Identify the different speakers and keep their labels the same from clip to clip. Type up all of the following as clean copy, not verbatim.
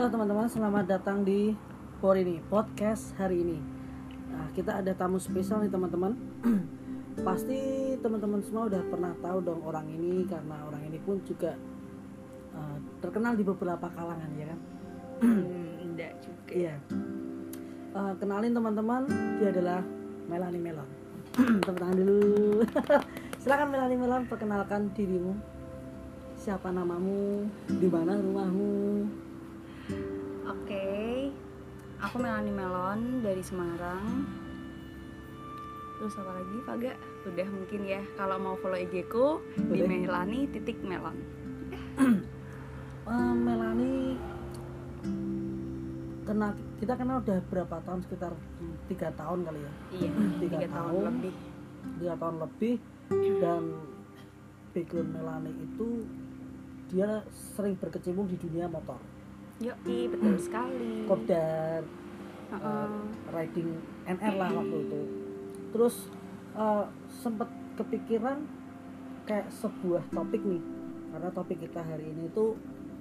Speaker 1: Halo teman-teman, selamat datang di Porini Podcast hari ini. Nah, kita ada tamu spesial nih teman-teman. Pasti teman-teman semua udah pernah tahu dong orang ini, karena orang ini pun juga terkenal di beberapa kalangan, ya kan?
Speaker 2: Enggak juga.
Speaker 1: Iya. Kenalin teman-teman, dia adalah Melanie Melon. Tepuk tangan dulu. Silakan Melanie Melon, perkenalkan dirimu. Siapa namamu? Di mana rumahmu?
Speaker 2: Oke, aku Melanie Melon dari Semarang. Terus apa lagi, Faga? Udah mungkin ya. Kalau mau follow IG ku di Melanie.melon.
Speaker 1: Melanie, kita kenal udah berapa tahun? Sekitar 3 tahun kali ya.
Speaker 2: Iya, 3 tahun lebih.
Speaker 1: 3 tahun lebih. Dan background Melanie itu dia sering berkecimpung di dunia motor.
Speaker 2: Yoi, betul sekali.
Speaker 1: Kopdar, riding NR lah waktu itu. Terus sempat kepikiran kayak sebuah topik nih, karena topik kita hari ini itu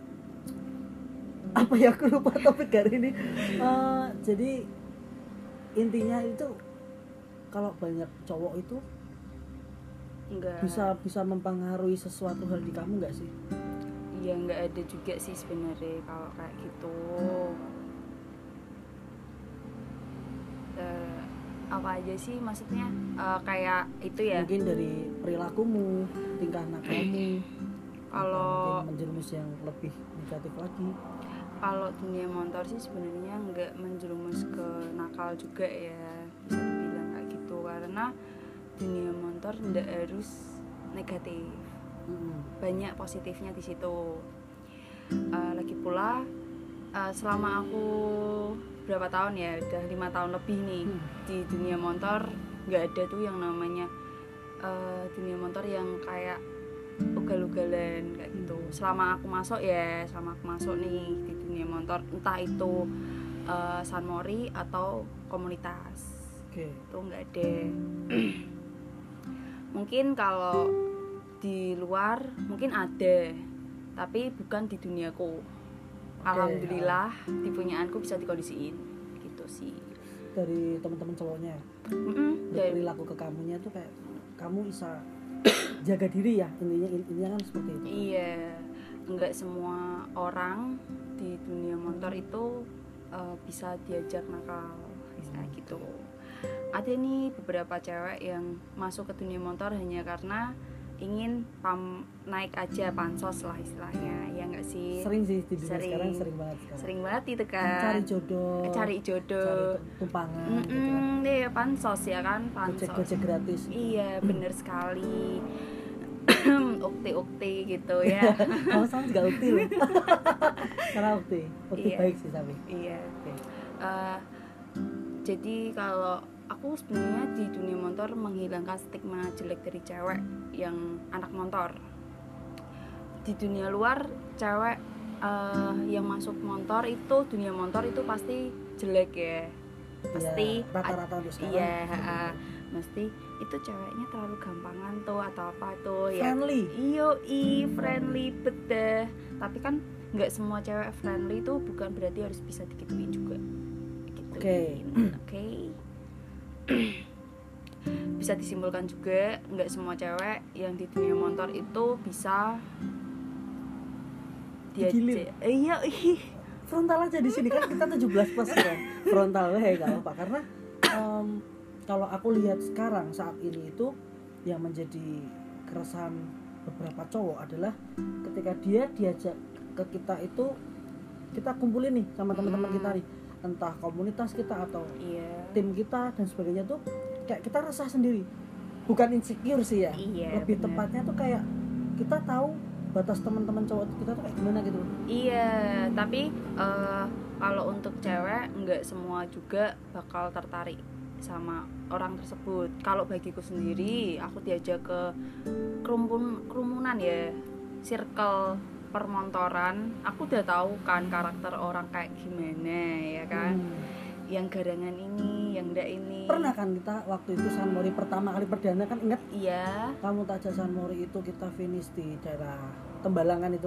Speaker 1: apa ya, aku lupa topik hari ini. Jadi intinya itu kalau banyak cowok itu
Speaker 2: Enggak.
Speaker 1: bisa mempengaruhi sesuatu hal di kamu nggak sih?
Speaker 2: Iya, nggak ada juga sih sebenarnya kalau kayak gitu. Apa aja sih maksudnya? Kayak itu ya.
Speaker 1: Mungkin dari perilakumu, tingkah nakalmu,
Speaker 2: Kalau
Speaker 1: mungkin menjerumus yang lebih negatif lagi.
Speaker 2: Kalau dunia motor sih sebenarnya nggak menjerumus ke nakal juga ya, bisa dibilang kayak gitu, karena dunia motor nggak harus negatif. Banyak positifnya di situ. Lagi pula selama aku berapa tahun ya, udah 5 tahun lebih nih di dunia motor, nggak ada tuh yang namanya dunia motor yang kayak ugal-ugalan kayak gitu. Selama aku masuk nih di dunia motor, entah itu San Mori atau komunitas, itu nggak ada. Mungkin kalau di luar mungkin ada, tapi bukan di duniaku. Alhamdulillah di punyaanku bisa dikondisiin gitu sih.
Speaker 1: Dari teman-teman cowoknya, dari perilaku ke kamunya tuh kayak kamu bisa jaga diri ya, intinya kan seperti itu.
Speaker 2: Iya, enggak semua orang di dunia motor itu bisa diajak nakal, bisa gitu. Ada nih beberapa cewek yang masuk ke dunia motor hanya karena ingin naik aja pansos lah istilahnya, ya nggak sih?
Speaker 1: Sering sih di dunia sekarang, sering banget
Speaker 2: itu kan. Cari jodoh,
Speaker 1: cari tumpangan gitu kan.
Speaker 2: Iya, pansos ya kan, pansos.
Speaker 1: Gojek gratis.
Speaker 2: Iya, bener sekali. Ukti gitu ya.
Speaker 1: Kamu sama juga ukti loh. Karena ukti iya. Baik sih tapi.
Speaker 2: Iya. Okay. Jadi kalau aku sebenarnya di dunia motor menghilangkan stigma jelek dari cewek yang anak motor. Di dunia luar cewek yang masuk motor itu, dunia motor itu pasti jelek ya. Pasti
Speaker 1: ya, rata-rata untuk sekarang.
Speaker 2: Iya, mesti itu ceweknya terlalu gampangan tuh atau apa tuh ya.
Speaker 1: Friendly.
Speaker 2: Friendly bedah. Tapi kan nggak semua cewek friendly itu bukan berarti harus bisa digituin juga. Oke. Bisa disimpulkan juga nggak semua cewek yang di dunia motor itu bisa
Speaker 1: diajak.
Speaker 2: Iya.
Speaker 1: Frontal aja di sini kan kita 17 plus kan. Frontal nggak apa-apa, karena kalau aku lihat sekarang saat ini itu yang menjadi keresahan beberapa cowok adalah ketika dia diajak ke kita itu, kita kumpulin nih sama teman-teman kita nih, entah komunitas kita atau tim kita dan sebagainya, tuh kayak kita resah sendiri, bukan insecure sih ya, lebih bener. Tepatnya tuh kayak kita tahu batas teman-teman cowok kita tuh kayak gimana gitu.
Speaker 2: Iya, tapi kalau untuk cewek nggak semua juga bakal tertarik sama orang tersebut. Kalau bagiku sendiri, aku diajak ke kerumunan ya, circle permontoran, aku udah tahu kan karakter orang kayak gimana ya kan. Yang garangan ini, yang enggak ini.
Speaker 1: Pernah kan kita waktu itu San Mori pertama kali perdana kan, ingat?
Speaker 2: Iya.
Speaker 1: Kamu tajak San Mori itu kita finish di daerah Tembalangan itu.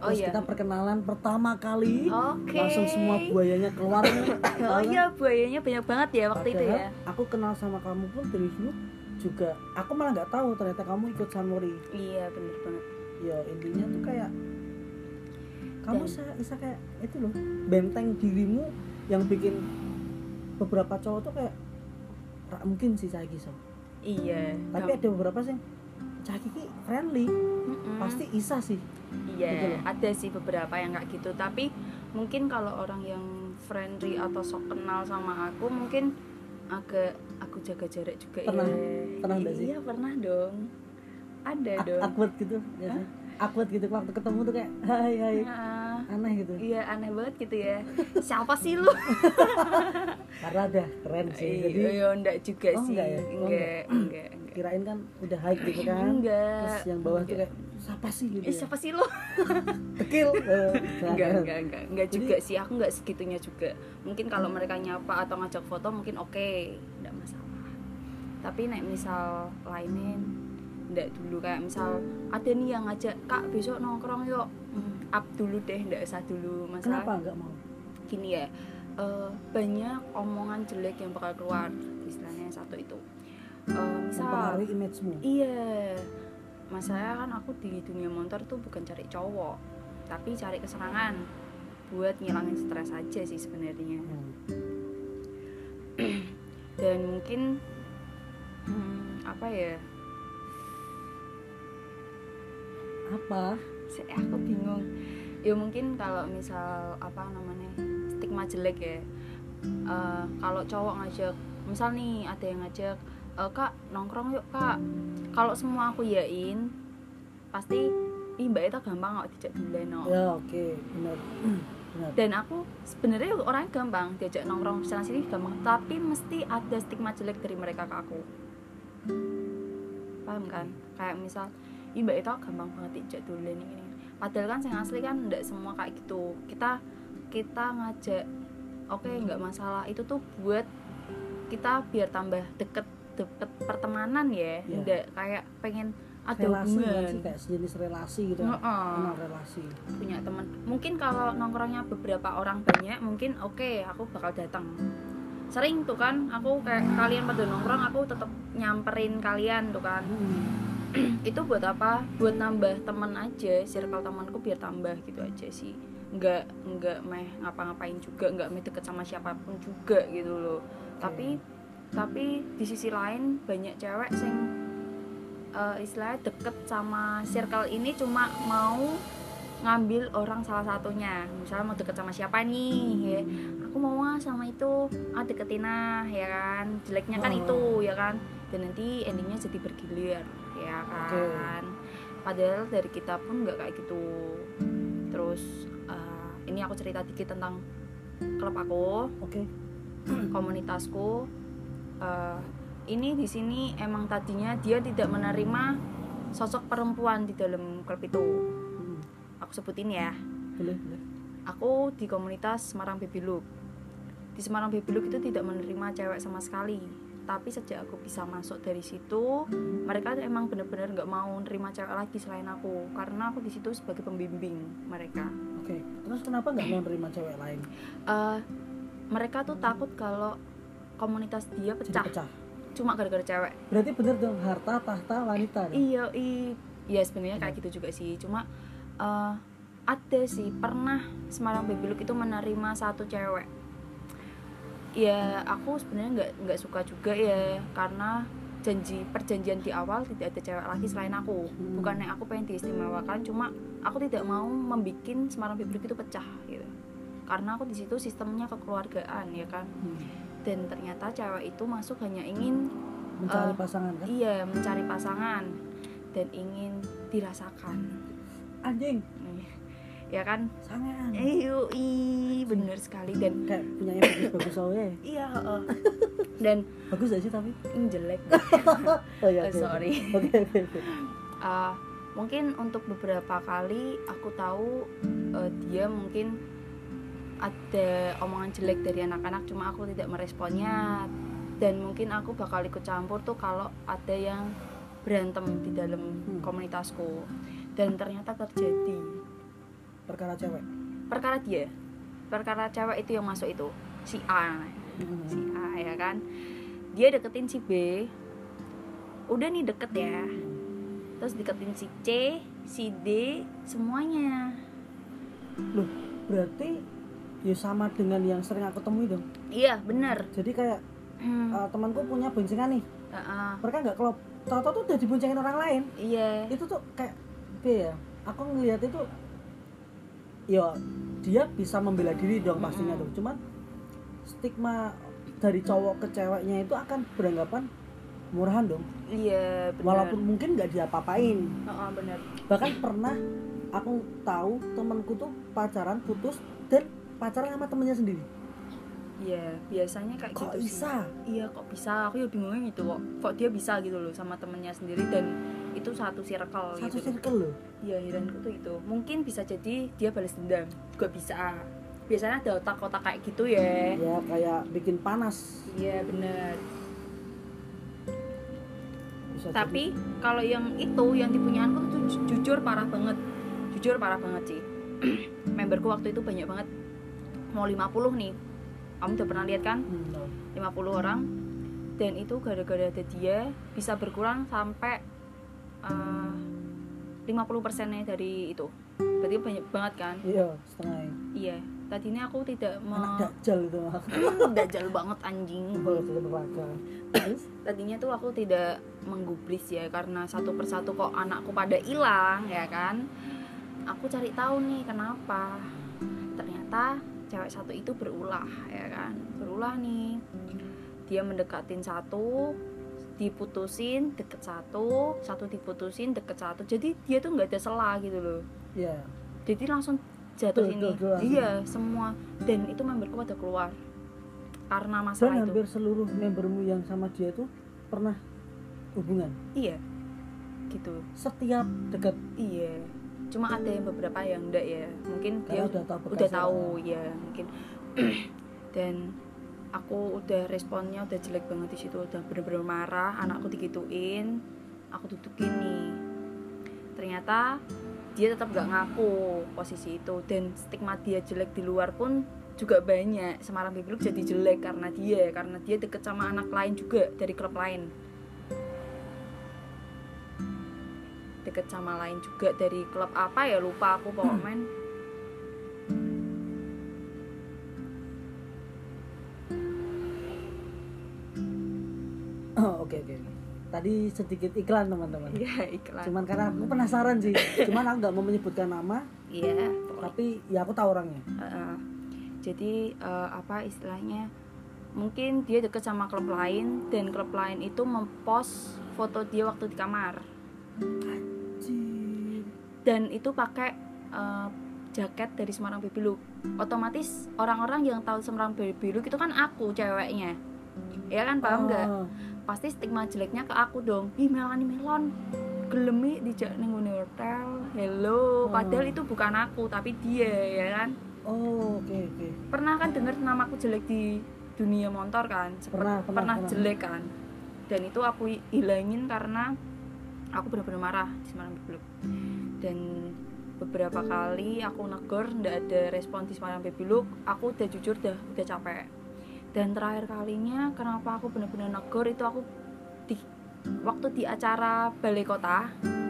Speaker 1: Terus
Speaker 2: iya.
Speaker 1: kita perkenalan pertama kali,
Speaker 2: Oke.
Speaker 1: langsung semua buayanya keluar nih.
Speaker 2: Oh iya, buayanya banyak banget ya waktu itu
Speaker 1: Padahal
Speaker 2: ya.
Speaker 1: aku kenal sama kamu pun dari dulu juga. Aku malah nggak tahu ternyata kamu ikut Sanmori.
Speaker 2: Iya, bener banget.
Speaker 1: Ya intinya tuh kayak kamu
Speaker 2: Dan-
Speaker 1: bisa kayak itu loh, benteng dirimu yang bikin beberapa cowok tuh kayak "Ra, mungkin sih saya kisah."
Speaker 2: Iya.
Speaker 1: Tapi ada beberapa sih cah iki friendly, pasti Isa sih. Gitu
Speaker 2: Iya,
Speaker 1: loh.
Speaker 2: ada sih beberapa yang kayak gitu. Tapi mungkin kalau orang yang friendly atau sok kenal sama aku, mungkin agak aku jaga jarak juga
Speaker 1: Pernah?
Speaker 2: ya.
Speaker 1: Pernah nggak sih?
Speaker 2: Iya, pernah dong. Ada dong.
Speaker 1: Awkward gitu ya sih? Awkward gitu waktu ketemu tuh kayak hai
Speaker 2: Nah,
Speaker 1: aneh gitu.
Speaker 2: iya, aneh banget gitu ya. Siapa sih lu?
Speaker 1: Karena ada keren sih. Jadi
Speaker 2: Iya, enggak juga
Speaker 1: Oh,
Speaker 2: sih.
Speaker 1: enggak ya? Oh,
Speaker 2: Enggak.
Speaker 1: kirain kan udah hype gitu kan.
Speaker 2: Enggak.
Speaker 1: Terus yang bawah tuh
Speaker 2: Enggak.
Speaker 1: kayak siapa sih gitu. Ya?
Speaker 2: Siapa sih lu?
Speaker 1: Tekil.
Speaker 2: Enggak
Speaker 1: Jadi-
Speaker 2: juga sih, aku enggak segitunya juga. Mungkin kalau mereka nyapa atau ngajak foto mungkin oke, enggak masalah. Tapi nek misal lainnya enggak dulu, kayak misal ada nih yang ngajak, "Kak, besok nongkrong yuk." Up dulu deh, enggak usah dulu. Masalah
Speaker 1: Kenapa enggak mau?
Speaker 2: gini ya, banyak omongan jelek yang bakal keluar, istilahnya yang satu itu. Misal
Speaker 1: Mempengaruhi image-mu.
Speaker 2: iya, masalahnya kan aku di dunia motor tuh bukan cari cowok, tapi cari kesenangan buat ngilangin stres aja sih sebenarnya. Dan mungkin apa ya,
Speaker 1: Apa?
Speaker 2: aku bingung ya. Mungkin kalau misal apa namanya, stigma jelek ya. Kalau cowok ngajak, misal nih ada yang ngajak, "Kak, nongkrong yuk Kak." Kalau semua aku yain, pasti ih mbak itu gampang kok dijak duluan no.
Speaker 1: Ya oke, benar. Benar.
Speaker 2: Dan aku sebenarnya orangnya gampang diajak nongkrong sana sini gampang, tapi mesti ada stigma jelek dari mereka ke aku. Paham kan? Kayak misal, ih mbak itu gampang banget dijak duluan ini. Padahal kan yang asli kan enggak semua kayak gitu. Kita ngajak, oke, nggak masalah. Itu tuh buat kita biar tambah deket pertemanan ya.
Speaker 1: Ya.
Speaker 2: Enggak kayak pengen ada
Speaker 1: Relasi kan
Speaker 2: hubungan.
Speaker 1: sih, kayak sejenis relasi gitu.
Speaker 2: Heeh.
Speaker 1: Kenal relasi.
Speaker 2: Punya teman. Mungkin kalau nongkrongnya beberapa orang banyak, mungkin oke, aku bakal datang. Sering tuh kan, aku kayak kalian pada nongkrong, aku tetap nyamperin kalian tuh kan. Itu buat apa? Buat nambah teman aja, circle temanku biar tambah gitu aja sih. Enggak meh ngapa-ngapain juga, enggak meh deket sama siapapun juga gitu loh. Tapi di sisi lain banyak cewek sing istilahnya deket sama circle ini cuma mau ngambil orang salah satunya. Misalnya mau deket sama siapa nih ya, aku mau sama itu, deketin ya kan. Jeleknya kan itu ya kan, dan nanti endingnya jadi bergilir ya kan. Padahal dari kita pun nggak kayak gitu. Terus ini aku cerita dikit tentang klub aku,
Speaker 1: Oke.
Speaker 2: komunitasku. Ini di sini emang tadinya dia tidak menerima sosok perempuan di dalam klub itu. Aku sebutin ya.
Speaker 1: Boleh.
Speaker 2: Aku di komunitas Semarang Baby Look. Di Semarang Baby Look itu tidak menerima cewek sama sekali. Tapi sejak aku bisa masuk dari situ, mereka emang benar-benar nggak mau nerima cewek lagi selain aku, karena aku di situ sebagai pembimbing mereka.
Speaker 1: Oke. Terus kenapa nggak mau nerima cewek lain?
Speaker 2: Mereka tuh takut kalau komunitas dia
Speaker 1: Jadi
Speaker 2: pecah,
Speaker 1: pecah.
Speaker 2: cuma gara-gara cewek.
Speaker 1: Berarti bener dong, harta tahta wanita. Dong?
Speaker 2: Iya sebenarnya kayak gitu juga sih. Cuma ada sih pernah Semarang Baby Look itu menerima satu cewek. Ya aku sebenarnya nggak suka juga ya, karena perjanjian di awal tidak ada cewek lagi selain aku. Bukannya aku pengen diistimewakan, cuma aku tidak mau membikin Semarang Baby Look itu pecah gitu. Karena aku di situ sistemnya kekeluargaan ya kan. Dan ternyata cewek itu masuk hanya ingin
Speaker 1: Mencari pasangan kan?
Speaker 2: Iya, mencari pasangan dan ingin dirasakan.
Speaker 1: Anjing.
Speaker 2: Ya kan?
Speaker 1: Sangean.
Speaker 2: Bener sekali. Dan
Speaker 1: Kayak punyanya bagus-bagus soalnya.
Speaker 2: iya, dan
Speaker 1: Bagus gak sih tapi?
Speaker 2: jelek.
Speaker 1: Oh iya.
Speaker 2: Sorry.
Speaker 1: Oke.
Speaker 2: Mungkin untuk beberapa kali aku tahu dia mungkin ada omongan jelek dari anak-anak, cuma aku tidak meresponnya. Dan mungkin aku bakal ikut campur tuh kalau ada yang berantem di dalam komunitasku. Dan ternyata terjadi
Speaker 1: perkara cewek.
Speaker 2: Perkara cewek itu yang masuk itu si A ya kan, dia deketin si B, udah nih deket ya, terus deketin si C, si D, semuanya.
Speaker 1: Loh, berarti ya sama dengan yang sering aku temui dong.
Speaker 2: Iya benar.
Speaker 1: Jadi kayak temanku punya boncengan nih, mereka nggak klop, tau-tau tuh udah diboncengin orang lain.
Speaker 2: Iya.
Speaker 1: Itu tuh kayak ya, aku ngelihat itu ya dia bisa membela diri dong pastinya dong, cuman stigma dari cowok ke ceweknya itu akan beranggapan murahan dong.
Speaker 2: Iya benar.
Speaker 1: Walaupun mungkin nggak diapa-apain.
Speaker 2: Benar.
Speaker 1: Bahkan pernah aku tahu temanku tuh pacaran putus dan pacaran sama temennya sendiri.
Speaker 2: Iya, biasanya kayak
Speaker 1: Kok
Speaker 2: gitu
Speaker 1: bisa?
Speaker 2: sih. Iya, kok bisa? Aku ya bingungnya gitu kok dia bisa gitu loh sama temennya sendiri, dan itu satu circle
Speaker 1: Satu
Speaker 2: gitu.
Speaker 1: circle loh.
Speaker 2: Iya, heranku tuh itu. Mungkin bisa jadi dia balas dendam. Juga bisa. Biasanya ada otak-otak kayak gitu ya.
Speaker 1: Ya kayak bikin panas.
Speaker 2: Iya, benar.
Speaker 1: Bisa
Speaker 2: Tapi kalau yang itu, yang dipunyaanku tuh jujur parah banget sih. Memberku waktu itu banyak banget, mau 50 nih. Kamu udah pernah lihat kan? 50 orang. Dan itu gara-gara ada dia bisa berkurang sampai 50%-nya dari itu. Berarti banyak banget kan?
Speaker 1: Iya, setengah.
Speaker 2: Iya. Tadinya aku tidak
Speaker 1: Anak dajjal itu mah.
Speaker 2: dajjal banget anjing. Tadinya tuh aku tidak menggubris ya, karena satu persatu kok anakku pada hilang ya kan. Aku cari tahu nih kenapa. Ternyata cewek satu itu berulah ya kan. Berulah nih. Dia mendekatin satu, diputusin, deket satu diputusin, deket satu. Jadi dia tuh nggak ada sela gitu loh.
Speaker 1: Iya.
Speaker 2: Jadi langsung jatuh sini.
Speaker 1: Langsung.
Speaker 2: Iya, semua. Dan itu memberku pada keluar karena masalah
Speaker 1: Dan
Speaker 2: itu.
Speaker 1: hampir seluruh membermu yang sama dia tuh pernah hubungan.
Speaker 2: Iya. Gitu.
Speaker 1: Setiap dekat.
Speaker 2: Iya. Cuma ada yang beberapa yang enggak ya. Mungkin
Speaker 1: Karena
Speaker 2: dia
Speaker 1: udah
Speaker 2: tahu ya, mungkin. Dan aku udah responnya udah jelek banget di situ, udah bener-bener marah, anakku digituin, aku dudukin nih. Ternyata dia tetap gak ngaku posisi itu, dan stigma dia jelek di luar pun juga banyak. Semarang Baby Look jadi jelek karena dia deket sama anak lain juga dari klub lain, deket sama lain juga dari klub apa ya, lupa aku pokoknya.
Speaker 1: Oke. Tadi sedikit iklan teman-teman.
Speaker 2: Iya, iklan.
Speaker 1: Cuman karena aku penasaran sih. Cuman aku nggak mau menyebutkan nama.
Speaker 2: Iya.
Speaker 1: Tapi ya aku tahu orangnya.
Speaker 2: Jadi apa istilahnya? Mungkin dia deket sama klub lain, dan klub lain itu mempost foto dia waktu di kamar.
Speaker 1: Anjir.
Speaker 2: Dan itu pakai jaket dari Semarang Baby Look. Otomatis orang-orang yang tahu Semarang Baby Look itu kan aku ceweknya. Ya kan, paham nggak? Pasti stigma jeleknya ke aku dong. Ih, Melani Melon gelemi dijak ning hotel. Hello, padahal itu bukan aku tapi dia ya kan.
Speaker 1: Oke.
Speaker 2: Pernah kan dengar namaku jelek di dunia motor kan? Pernah jelek kan? Dan itu aku hilangin karena aku benar-benar marah di Semarang Baby Look. Dan beberapa kali aku negor, nggak ada respon di Semarang Baby Look. Aku udah jujur udah capek. Dan terakhir kalinya kenapa aku benar-benar negor itu aku waktu di acara balai kota.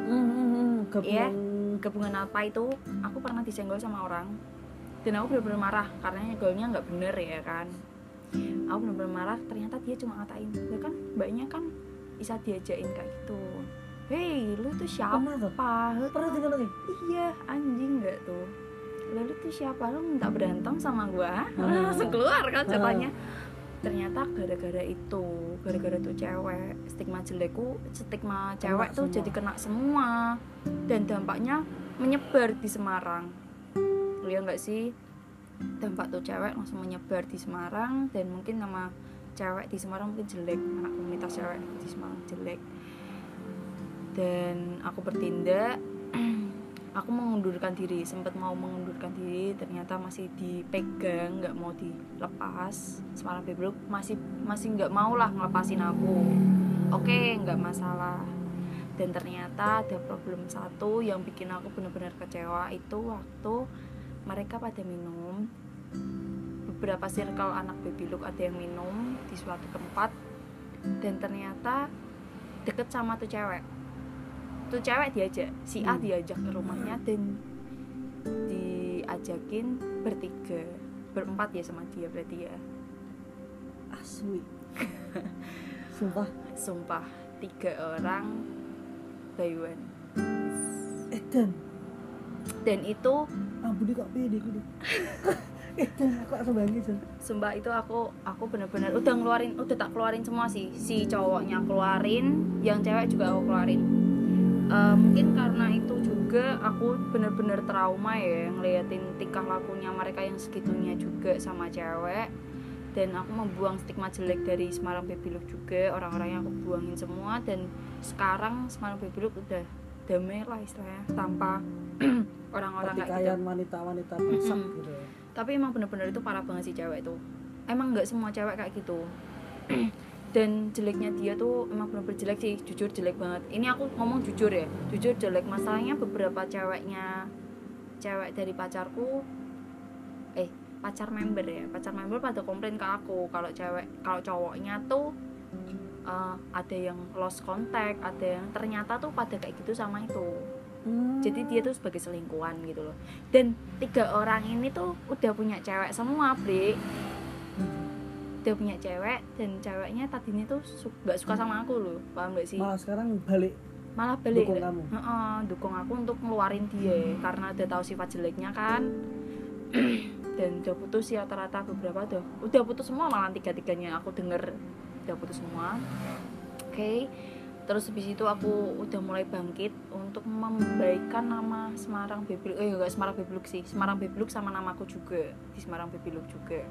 Speaker 2: Gabungan apa itu, aku pernah disenggol sama orang. Dan aku benar-benar marah karena nyenggolnya nggak bener ya kan. Aku benar-benar marah, ternyata dia cuma ngatain. Ya kan mbaknya kan bisa diajain kayak gitu. Hei, lu tuh siapa?
Speaker 1: Pernah dengar lagi?
Speaker 2: Iya, anjing nggak tuh. Lalu tuh siapa, lu minta berantem sama gua? Langsung keluar kan ceritanya. Ternyata gara-gara tuh cewek, stigma cewek tuh jadi kena semua, dan dampaknya menyebar di Semarang. Ya nggak sih, dampak tuh cewek langsung menyebar di Semarang, dan mungkin nama cewek di Semarang mungkin jelek, anak komunitas cewek di Semarang jelek. Dan aku bertindak, aku sempat mau mengundurkan diri, ternyata masih dipegang, nggak mau dilepas. Semarang Baby Look masih nggak mau lah ngelepasin aku. Oke, nggak masalah. Dan ternyata ada problem satu yang bikin aku benar-benar kecewa, itu waktu mereka pada minum, beberapa circle anak baby look ada yang minum di suatu tempat, dan ternyata deket sama tuh cewek diajak, si A diajak ke rumahnya dan diajakin berempat ya sama dia berarti ya.
Speaker 1: Asli. Sumpah
Speaker 2: 3 orang by one. Dan itu
Speaker 1: ampun kok pede kudu. Aku asal bangkit.
Speaker 2: Sumpah itu aku benar-benar udah tak keluarin semua sih. Si cowoknya keluarin, yang cewek juga aku keluarin. Mungkin karena itu juga aku benar-benar trauma ya ngeliatin tingkah lakunya mereka yang segitunya juga sama cewek. Dan aku membuang stigma jelek dari Semarang Baby Look juga, orang-orangnya aku buangin semua. Dan sekarang Semarang Baby Look udah damai lah istilahnya, tanpa orang-orang kayak gitu,
Speaker 1: wanita-wanita masak gitu.
Speaker 2: Tapi emang bener-bener itu parah banget sih cewek itu. Emang nggak semua cewek kayak gitu. Dan jeleknya dia tuh emang bener-bener jelek sih, jujur jelek banget. Ini aku ngomong jujur ya, jujur jelek. Masalahnya beberapa cewek dari pacarku, pacar member pada komplain ke aku kalau cowoknya tuh ada yang lost contact, ada yang ternyata tuh pada kayak gitu sama itu. Jadi dia tuh sebagai selingkuhan gitu loh. Dan 3 orang ini tuh udah punya cewek semua, Bre. Udah punya cewek, dan ceweknya tadinya tuh gak suka sama aku loh, paham gak sih?
Speaker 1: Malah sekarang balik dukung kamu.
Speaker 2: Dukung aku untuk ngeluarin dia karena udah tahu sifat jeleknya kan. Dan udah putus sih rata-rata, beberapa udah putus semua, malah 3-3-nya aku denger udah putus semua. Oke. Terus habis itu aku udah mulai bangkit untuk membaikkan nama Semarang Baby Look. Enggak Semarang Baby Look sih, Semarang Baby Look sama namaku juga di Semarang Baby Look juga.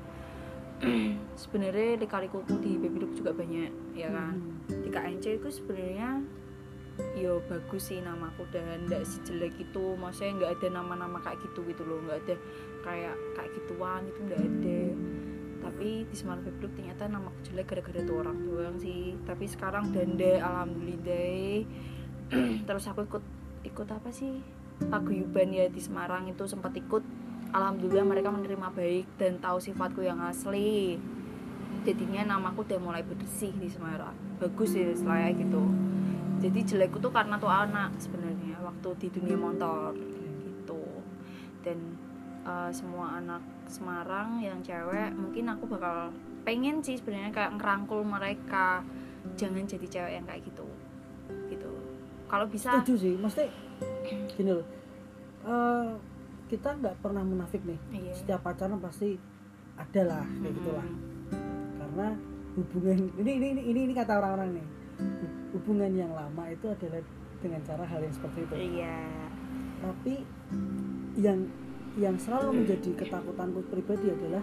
Speaker 2: Sebenarnya lika-likuku di Baby Look juga banyak ya kan. Di KNC itu sebenarnya yo bagus sih namaku, dan nggak sejelek itu. Maksudnya nggak ada nama-nama kayak gitu loh, nggak ada kayak gituan, itu nggak ada. Tapi di Semarang Baby Look ternyata namaku jelek gara-gara tuh orang doang sih. Tapi sekarang dende alhamdulillah. Terus aku ikut apa sih, paguyuban ya di Semarang itu, sempat ikut. Alhamdulillah mereka menerima baik dan tahu sifatku yang asli. Jadinya namaku udah mulai bersih di Semarang. Bagus sih istilahnya gitu. Jadi jelekku tuh karena tuh anak sebenarnya waktu di dunia motor gitu. Dan semua anak Semarang yang cewek, mungkin aku bakal pengen sih sebenarnya kayak ngerangkul mereka, jangan jadi cewek yang kayak gitu. Kalau bisa.
Speaker 1: Setuju sih, mesti gini loh. Kita nggak pernah munafik nih.
Speaker 2: Iya.
Speaker 1: Setiap pacaran pasti ada lah kayak gitulah. Karena hubungan ini kata orang-orang nih. Hubungan yang lama itu adalah dengan cara hal yang seperti itu.
Speaker 2: Iya.
Speaker 1: Tapi yang selalu menjadi ketakutanku pribadi adalah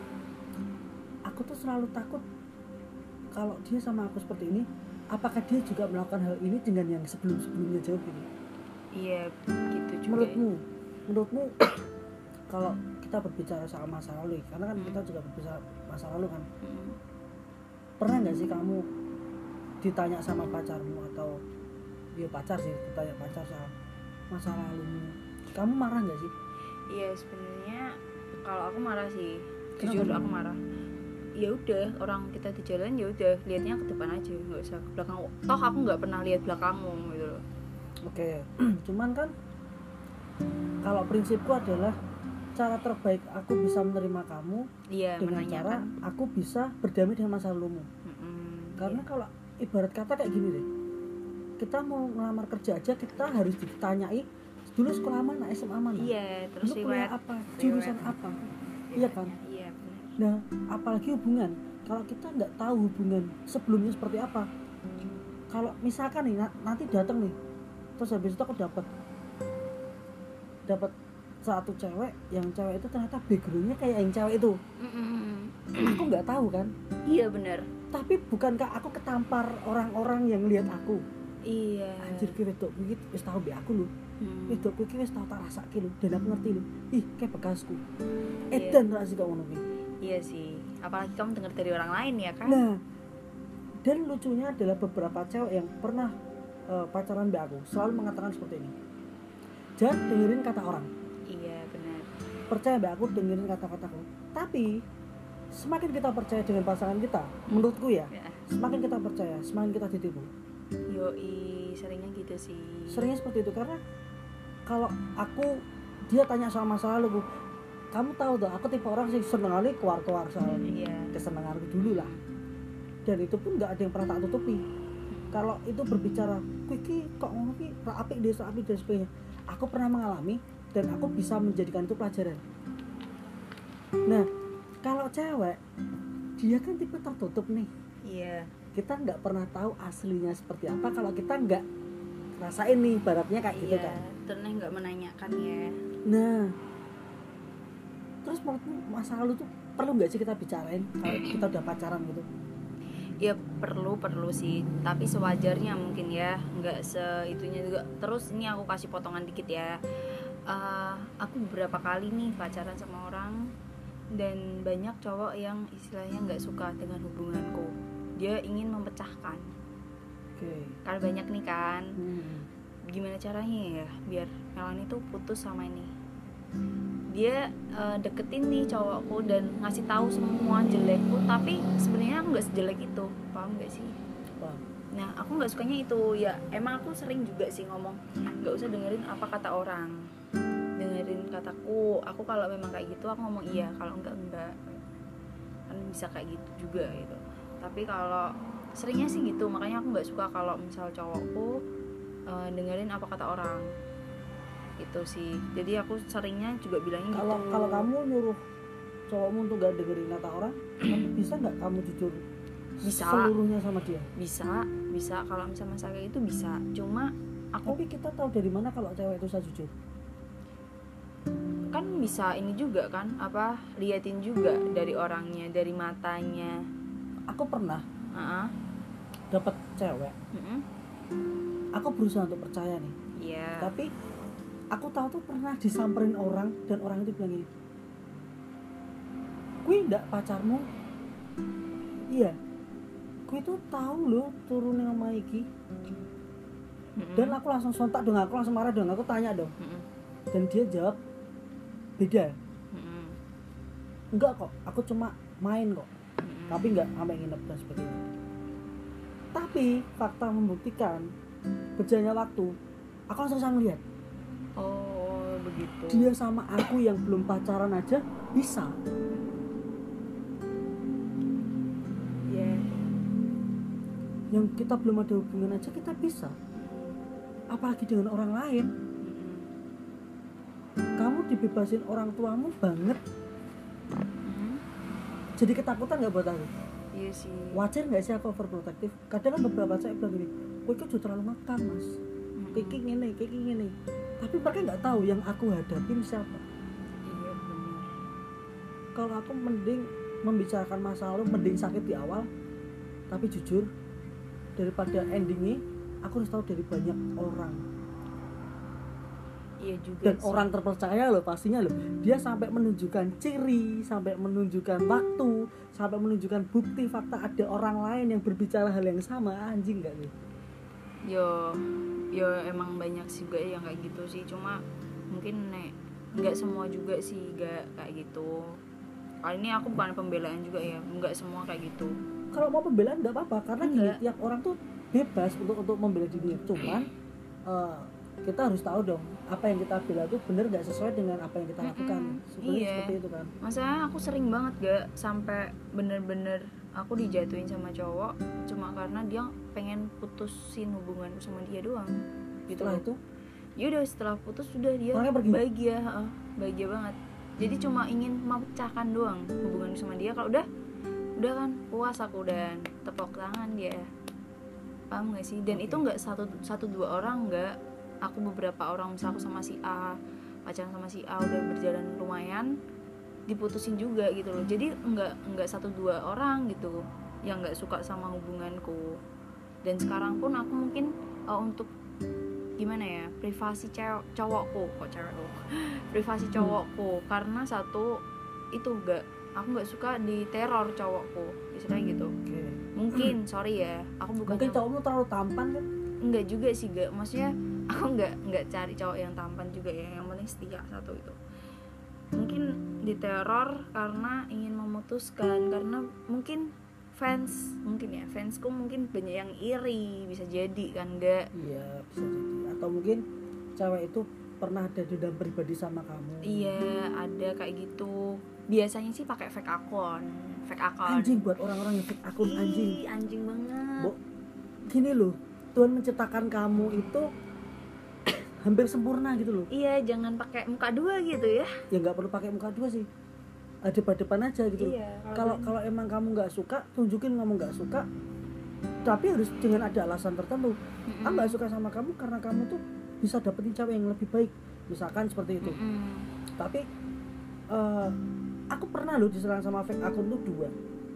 Speaker 1: aku tuh selalu takut kalau dia sama aku seperti ini, apakah dia juga melakukan hal ini dengan yang sebelumnya jauh gitu.
Speaker 2: Iya, gitu juga.
Speaker 1: Menurutmu kalau kita berbicara soal masa lalu, karena kan kita juga berbicara masa lalu kan. Pernah nggak sih kamu ditanya sama pacarmu, atau pacar sih, ditanya pacar soal masa lalumu, kamu marah nggak sih?
Speaker 2: Iya, sebenarnya kalau aku marah sih.
Speaker 1: Kenapa?
Speaker 2: Jujur aku marah. Ya udah, orang kita di jalan ya udah lihatnya ke depan aja, nggak usah ke belakang. Toh aku nggak pernah lihat belakangmu gitu loh.
Speaker 1: Oke. Cuman kan kalau prinsipku adalah cara terbaik aku bisa menerima kamu dengan cara aku bisa berdamai dengan masa lalumu. Karena kalau ibarat kata kayak gini deh, kita mau ngelamar kerja aja kita harus ditanyai dulu sekolah mana, SMA mana,
Speaker 2: terus
Speaker 1: dulu kuliah apa, jurusan apa, iya kan?
Speaker 2: Iya.
Speaker 1: Nah, apalagi hubungan, kalau kita nggak tahu hubungan sebelumnya seperti apa, kalau misalkan nih nanti datang nih, terus habis itu aku dapat satu cewek, yang cewek itu ternyata backgroundnya kayak yang cewek itu, aku nggak tahu kan?
Speaker 2: Iya benar.
Speaker 1: Tapi bukankah aku ketampar orang-orang yang lihat aku?
Speaker 2: Iya.
Speaker 1: Anjir ki wedok iki wis tau mbek aku lho. Wedokku iki wis tau tak rasake lho, dan aku ngerti lho. Ih, kayak bekasku. Edan ra sih kok ngono ki.
Speaker 2: Iya sih. Apalagi kamu dengar dari orang lain ya kan?
Speaker 1: Nah, dan lucunya adalah beberapa cewek yang pernah pacaran mbak aku selalu mengatakan seperti ini, jangan dengerin kata orang.
Speaker 2: Iya benar.
Speaker 1: Percaya mbak aku, dengerin kata-kataku. Tapi semakin kita percaya dengan pasangan kita, menurutku ya,
Speaker 2: Ya.
Speaker 1: semakin kita percaya semakin kita ditipu.
Speaker 2: Yoi, seringnya gitu sih.
Speaker 1: Seringnya seperti itu, karena kalau aku, dia tanya soal masa laluku, kamu tahu tuh aku tipe orang sih seneng kali keluar-keluar soal
Speaker 2: Iya.
Speaker 1: kesenanganku dulu lah, dan itu pun nggak ada yang pernah tak tutupi. Kalau itu berbicara Kiki kok ngono ki ra apik desa apik dan sebagainya, aku pernah mengalami dan aku bisa menjadikan itu pelajaran. Nah kalau cewek, dia kan tipe tertutup nih,
Speaker 2: Iya.
Speaker 1: kita nggak pernah tahu aslinya seperti apa kalau kita nggak rasain nih, baratnya kayak gitu
Speaker 2: Iya,
Speaker 1: kan.
Speaker 2: ternyata nggak menanyakan ya.
Speaker 1: Nah terus menurutmu masa lalu tuh perlu nggak sih kita bicarain kalau kita udah pacaran gitu?
Speaker 2: Ya perlu sih, tapi sewajarnya mungkin ya, nggak seitunya juga. Terus ini aku kasih potongan dikit ya. Aku beberapa kali nih pacaran sama orang, dan banyak cowok yang istilahnya nggak suka dengan hubunganku. Dia ingin memecahkan.
Speaker 1: Oke.
Speaker 2: Karena banyak nih kan. Gimana caranya ya biar Melanie tuh putus sama ini? Dia deketin nih cowokku dan ngasih tahu semua jelekku, tapi sebenarnya aku nggak sejelek itu, paham nggak sih?
Speaker 1: Paham.
Speaker 2: Nah aku nggak sukanya itu ya. Emang aku sering juga sih ngomong nggak usah dengerin apa kata orang, dengerin kataku. Aku kalau memang kayak gitu aku ngomong iya, kalau enggak kan bisa kayak gitu juga gitu. Tapi kalau seringnya sih gitu, makanya aku nggak suka kalau misal cowokku dengerin apa kata orang itu sih. Jadi aku seringnya juga bilangnya
Speaker 1: Kalau
Speaker 2: gitu.
Speaker 1: kalau kamu nyuruh cowokmu untuk gak dengerin kata orang, kamu bisa nggak kamu jujur
Speaker 2: Bisa.
Speaker 1: seluruhnya sama dia?
Speaker 2: bisa kalau misalnya masalah kayak itu bisa. Cuma aku
Speaker 1: Tapi kita tahu dari mana kalau cewek itu saya jujur?
Speaker 2: kan bisa ini juga kan, apa, liatin juga dari orangnya, dari matanya.
Speaker 1: Aku pernah
Speaker 2: Heeh.
Speaker 1: dapat cewek,
Speaker 2: Heeh.
Speaker 1: aku berusaha untuk percaya nih,
Speaker 2: Iya.
Speaker 1: tapi aku tahu tuh pernah disamperin orang dan orang itu bilang gini, kui ndak pacarmu? Iya, kui tuh tahu loh turun yang sama iki.
Speaker 2: Heeh.
Speaker 1: Dan aku langsung sontak dong, aku langsung marah dong, aku tanya dong,
Speaker 2: Heeh.
Speaker 1: dan dia jawab beda.
Speaker 2: Heeh.
Speaker 1: Enggak kok, aku cuma main kok,
Speaker 2: Heeh.
Speaker 1: tapi enggak sampai nginep dan sebagainya. Tapi fakta membuktikan berjalannya waktu, aku langsung bisa ngeliat
Speaker 2: Oh begitu.
Speaker 1: dia sama aku yang belum pacaran aja bisa.
Speaker 2: Iya.
Speaker 1: Yang kita belum ada hubungan aja kita bisa, apalagi dengan orang lain.
Speaker 2: Heeh.
Speaker 1: Kamu dibebasin orang tuamu banget,
Speaker 2: Heeh.
Speaker 1: jadi ketakutan nggak buat aku?
Speaker 2: Iya sih.
Speaker 1: Wajar nggak sih aku overprotective? Kadang kan beberapa cewek bilang gini, kowe itu udah terlalu makan mas, kiki ngene. Tapi mereka nggak tahu yang aku hadapin siapa.
Speaker 2: Iya benar.
Speaker 1: Kalau aku mending membicarakan masa lalu, mending sakit di awal tapi jujur, daripada endingnya aku harus tahu dari banyak orang.
Speaker 2: Iya juga
Speaker 1: Dan
Speaker 2: sih.
Speaker 1: orang terpercaya loh pastinya loh, dia sampai menunjukkan ciri, sampai menunjukkan waktu, sampai menunjukkan bukti fakta ada orang lain yang berbicara hal yang sama. Anjing nggak sih?
Speaker 2: Yo emang banyak sih juga yang kayak gitu sih. Cuma mungkin nggak semua juga sih nggak kayak gitu. Kali ini aku bukan pembelaan juga ya, nggak semua kayak gitu.
Speaker 1: Kalau mau pembelaan nggak apa-apa, karena gini,
Speaker 2: Enggak.
Speaker 1: tiap orang tuh bebas untuk membela dirinya. Cuman kita harus tahu dong apa yang kita bela itu benar nggak sesuai dengan apa yang kita lakukan. Sebenarnya
Speaker 2: Iya.
Speaker 1: seperti itu kan.
Speaker 2: Masalahnya aku sering banget gak sampai bener-bener aku dijatuhin sama cowok cuma karena dia pengen putusin hubunganku sama dia doang gitu.
Speaker 1: Setelah itu
Speaker 2: Ya udah setelah putus sudah dia
Speaker 1: orangnya pergi.
Speaker 2: bahagia, bahagia banget. Jadi cuma ingin memecahkan doang hubunganku sama dia. Kalau udah kan puas aku dan tepok tangan dia. Paham gak sih? Dan
Speaker 1: Oke.
Speaker 2: itu nggak satu dua orang, nggak. Aku beberapa orang, misal aku sama si A, pacaran sama si A udah berjalan lumayan, diputusin juga gitu loh. Jadi nggak satu dua orang gitu yang nggak suka sama hubunganku. Dan sekarang pun aku mungkin untuk gimana ya, privasi cowokku privasi cowokku, karena satu itu aku nggak suka diteror cowokku, istilahnya gitu.
Speaker 1: Oke.
Speaker 2: Mungkin sorry ya, aku bukan
Speaker 1: Mungkin cowokmu terlalu tampan kan?
Speaker 2: enggak juga sih, gak, maksudnya aku enggak cari cowok yang tampan juga ya, yang penting setia, satu itu. Mungkin diteror karena ingin memutuskan, karena mungkin fansku mungkin banyak yang iri, bisa jadi kan, enggak?
Speaker 1: Iya, bisa jadi. Atau mungkin cewek itu pernah ada dendam pribadi sama kamu.
Speaker 2: Iya, ada kayak gitu. Biasanya sih pakai fake akun.
Speaker 1: Anjing, buat orang-orang yang fake akun, anjing.
Speaker 2: Ih, anjing banget.
Speaker 1: Gini loh, Tuhan menciptakan kamu itu hampir sempurna gitu loh.
Speaker 2: Iya, jangan pakai muka dua gitu ya.
Speaker 1: Ya nggak perlu pakai muka dua sih, depan aja gitu.
Speaker 2: Iya,
Speaker 1: kalau emang kamu nggak suka, tunjukin kamu nggak suka, tapi harus dengan ada alasan tertentu. Aku nggak suka sama kamu karena kamu tuh bisa dapetin cewek yang lebih baik, misalkan seperti itu. Tapi aku pernah loh diserang sama fake akun tuh 2.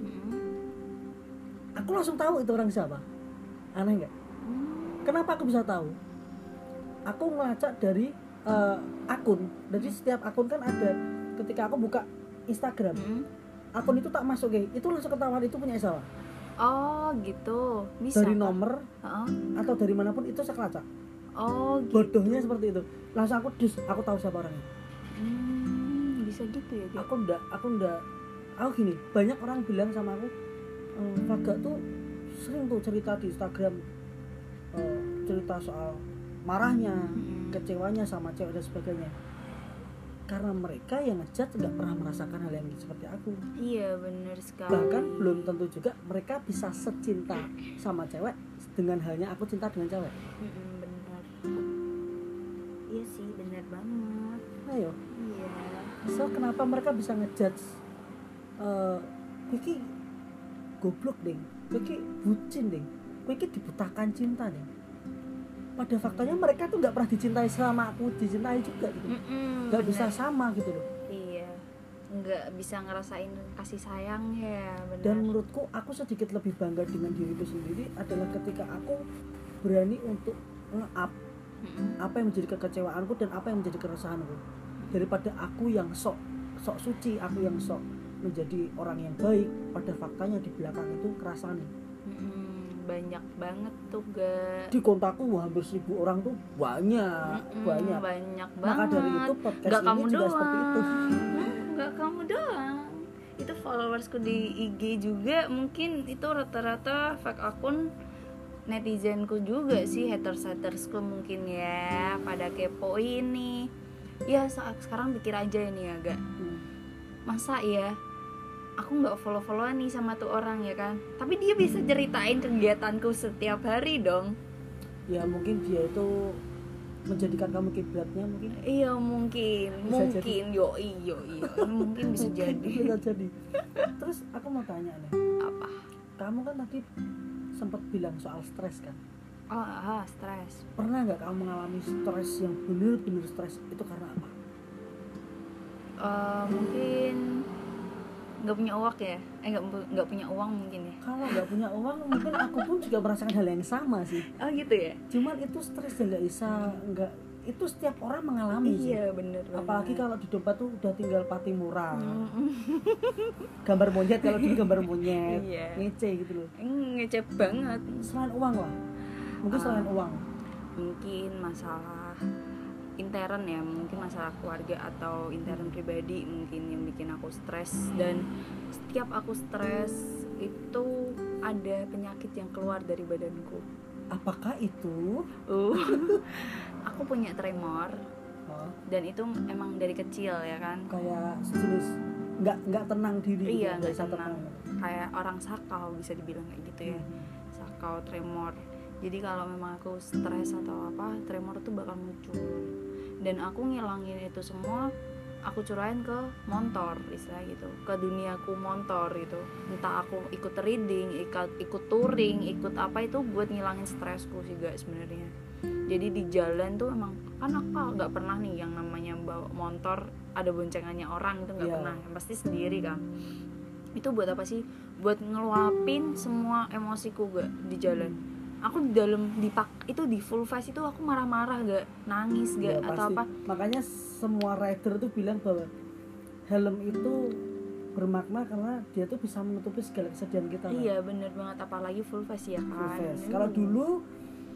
Speaker 1: Aku langsung tahu itu orang siapa. Aneh nggak? Kenapa aku bisa tahu? Aku ngelacak dari akun. Jadi setiap akun kan ada, ketika aku buka Instagram, akun itu tak masuk kayak itu, langsung ketahuan itu punya siapa.
Speaker 2: Oh gitu, bisa
Speaker 1: dari
Speaker 2: Kak?
Speaker 1: nomor atau dari manapun itu saya kelacak.
Speaker 2: Oh gitu.
Speaker 1: Bodohnya seperti itu. Langsung aku tahu siapa orangnya.
Speaker 2: Bisa gitu ya, Kak?
Speaker 1: Aku gini, banyak orang bilang sama aku, Faga tuh sering tuh cerita di Instagram, cerita soal marahnya, kecewanya sama cewek dan sebagainya. Karena mereka yang ngejat nggak pernah merasakan hal yang seperti aku.
Speaker 2: Iya, benar sekali.
Speaker 1: Bahkan belum tentu juga mereka bisa secinta sama cewek dengan halnya aku cinta dengan cewek.
Speaker 2: Benar. Iya sih, benar banget.
Speaker 1: Ayo.
Speaker 2: Iya.
Speaker 1: So kenapa mereka bisa ngejudge Wiki goblok ding, Wiki bucin ding, Wiki dibutakan cinta ding. Pada faktanya mereka tuh nggak pernah dicintai selama aku dicintai juga gitu. Nggak bisa sama gitu loh.
Speaker 2: Iya, nggak bisa ngerasain kasih sayang ya, benar.
Speaker 1: Dan menurutku aku sedikit lebih bangga dengan diriku sendiri adalah ketika aku berani untuk nge-up apa yang menjadi kekecewaanku dan apa yang menjadi keresahanku, daripada aku yang sok suci, aku yang sok menjadi orang yang baik, pada faktanya di belakang itu kerasan.
Speaker 2: Banyak banget tuh, gak?
Speaker 1: Di kontakku hampir 1000 orang tuh banyak.
Speaker 2: Banyak
Speaker 1: Maka
Speaker 2: banget.
Speaker 1: dari itu podcast
Speaker 2: Gak
Speaker 1: ini
Speaker 2: kamu
Speaker 1: juga
Speaker 2: doang.
Speaker 1: seperti itu.
Speaker 2: Gak kamu doang. Itu followersku di IG juga mungkin itu rata-rata fake akun netizenku juga sih, hatersku mungkin ya, pada kepo ini. Ya sekarang pikir aja ini agak masa ya aku nggak follow-followan nih sama tuh orang ya kan, tapi dia bisa ceritain kegiatanku setiap hari dong.
Speaker 1: Ya mungkin dia itu menjadikan kamu kiblatnya mungkin.
Speaker 2: Iya mungkin yo mungkin bisa jadi.
Speaker 1: Bisa jadi. Terus aku mau tanya nih,
Speaker 2: Apa?
Speaker 1: kamu kan tadi sempat bilang soal stres kan?
Speaker 2: Stres.
Speaker 1: Pernah nggak kamu mengalami stres yang benar-benar stres, itu karena apa?
Speaker 2: Mungkin nggak punya uang ya, nggak punya uang mungkin ya.
Speaker 1: Kalau nggak punya uang mungkin aku pun juga merasakan hal yang sama sih.
Speaker 2: Oh gitu ya.
Speaker 1: Cuman itu stres yang nggak itu setiap orang mengalami sih.
Speaker 2: Iya bener.
Speaker 1: Apalagi kalau di dompet tuh udah tinggal pati murah. Gambar monyet, kalau dulu gambar monyet.
Speaker 2: Iya.
Speaker 1: Ngece gitu loh.
Speaker 2: Ngecep banget.
Speaker 1: Selain uang lah. Mungkin selain uang.
Speaker 2: Mungkin masalah intern ya, mungkin masalah keluarga atau intern pribadi mungkin yang bikin aku stres. Dan setiap aku stres itu ada penyakit yang keluar dari badanku.
Speaker 1: Apakah itu?
Speaker 2: Aku punya tremor. Dan itu emang dari kecil ya kan.
Speaker 1: Kayak sejenis nggak tenang diri.
Speaker 2: Iya, nggak tenang. Kayak orang sakau bisa dibilang kayak gitu ya. Sakau, tremor. Jadi kalau memang aku stres atau apa, tremor tuh bakal muncul. Dan aku ngilangin itu semua, aku curahin ke motor istilah gitu, ke duniaku motor gitu. Entah aku ikut reading, ikut touring, ikut apa, itu buat ngilangin stresku sih guys sebenarnya. Jadi di jalan tuh emang kan aku nggak pernah nih yang namanya bawa motor ada boncengannya orang, itu nggak pernah, yang pasti sendiri kan. Itu buat apa sih? Buat ngeluapin semua emosiku gak di jalan. Aku di dalam itu di full face itu aku marah-marah gak, nangis gak, atau
Speaker 1: pasti.
Speaker 2: apa.
Speaker 1: Makanya semua rider tuh bilang bahwa helm itu bermakna karena dia tuh bisa menutupi segala kesedihan kita.
Speaker 2: Iya kan? Bener banget, apalagi full face ya kan.
Speaker 1: Full face. Kalau dulu